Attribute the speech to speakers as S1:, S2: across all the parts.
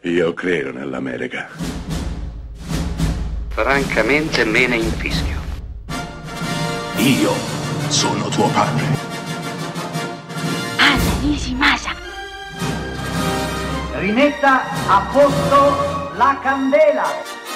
S1: Io credo nell'America.
S2: Francamente me ne infischio.
S3: Io sono tuo padre.
S4: Anna Nishimasa.
S5: Rimetta a posto la candela.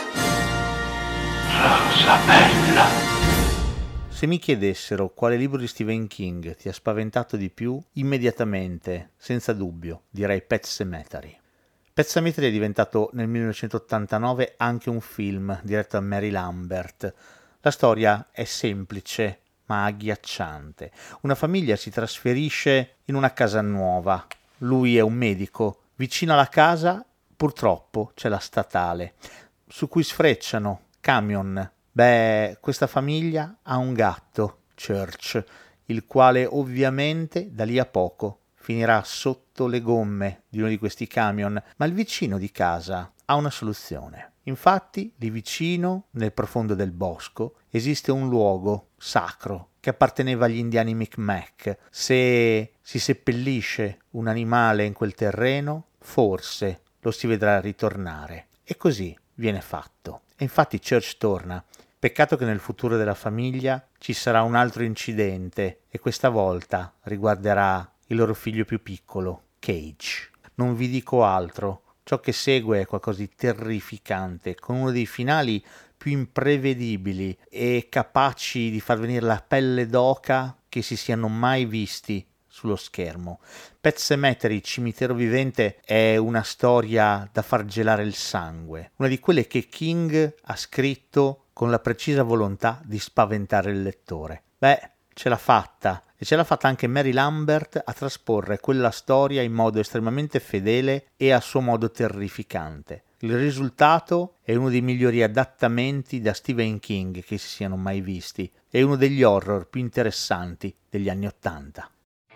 S3: Rosa bella.
S6: Se mi chiedessero quale libro di Stephen King ti ha spaventato di più, immediatamente, senza dubbio, direi Pet Sematary. Pet Sematary è diventato nel 1989 anche un film diretto da Mary Lambert. La storia è semplice ma agghiacciante. Una famiglia si trasferisce in una casa nuova. Lui è un medico. Vicino alla casa, purtroppo, c'è la statale, su cui sfrecciano camion. Questa famiglia ha un gatto, Church, il quale ovviamente da lì a poco finirà sotto le gomme di uno di questi camion, ma il vicino di casa ha una soluzione. Infatti, lì vicino, nel profondo del bosco, esiste un luogo sacro che apparteneva agli indiani Micmac. Se si seppellisce un animale in quel terreno, forse lo si vedrà ritornare. E così viene fatto. E infatti Church torna. Peccato che nel futuro della famiglia ci sarà un altro incidente e questa volta riguarderà il loro figlio più piccolo, Cage. Non vi dico altro. Ciò che segue è qualcosa di terrificante, con uno dei finali più imprevedibili e capaci di far venire la pelle d'oca che si siano mai visti sullo schermo. Pet Sematary, Cimitero Vivente, è una storia da far gelare il sangue, una di quelle che King ha scritto con la precisa volontà di spaventare il lettore. Ce l'ha fatta, e ce l'ha fatta anche Mary Lambert a trasporre quella storia in modo estremamente fedele e a suo modo terrificante. Il risultato è uno dei migliori adattamenti da Stephen King che si siano mai visti, e uno degli horror più interessanti degli anni '80.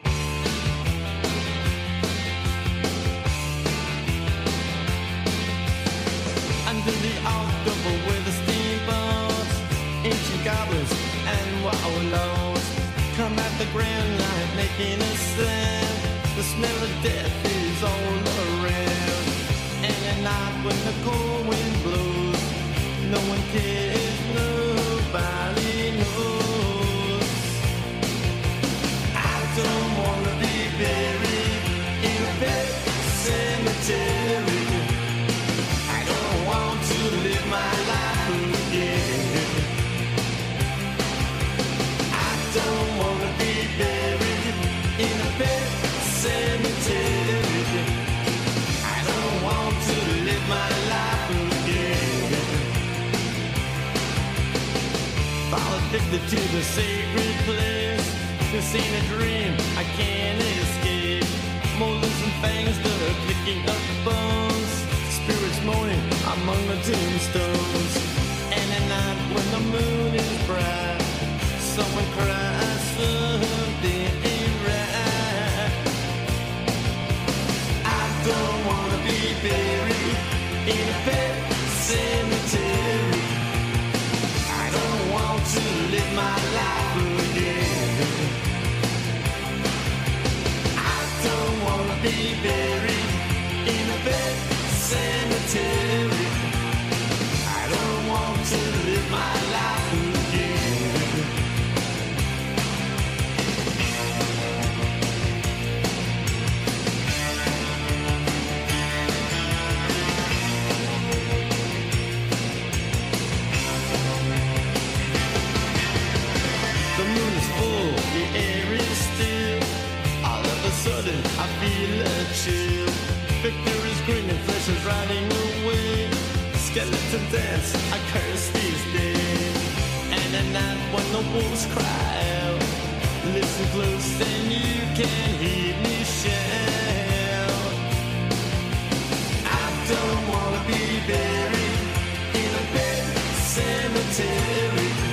S7: Under the October with the steamboats, ancient goblins and wallows come at the grand light making a sound. The smell of death is all around. And at night when the cold wind blows, no one cares, nobody knows. I don't wanna be buried in a pet cemetery. I don't want to live my life again. I don't wanna be buried in a pet cemetery. I don't want to live my life again. Fall addicted to the sacred place. This ain't a dream, I can't escape. Molars and fangs that are picking up bones. Spirits moaning among the tombstones. And at night when the moon is bright, someone cries something ain't right. I don't wanna be buried in a pet cemetery. I don't want to live my life again. I don't wanna be buried in a pet cemetery. I don't want to live my life again. The moon is full, the air is still. All of a sudden I feel a chill. Victor is grinning, flesh is riding away. Skeleton dance, I curse these days. And at night when the wolves cry out, listen close and you can hear me shout. I don't wanna be buried in a pet cemetery.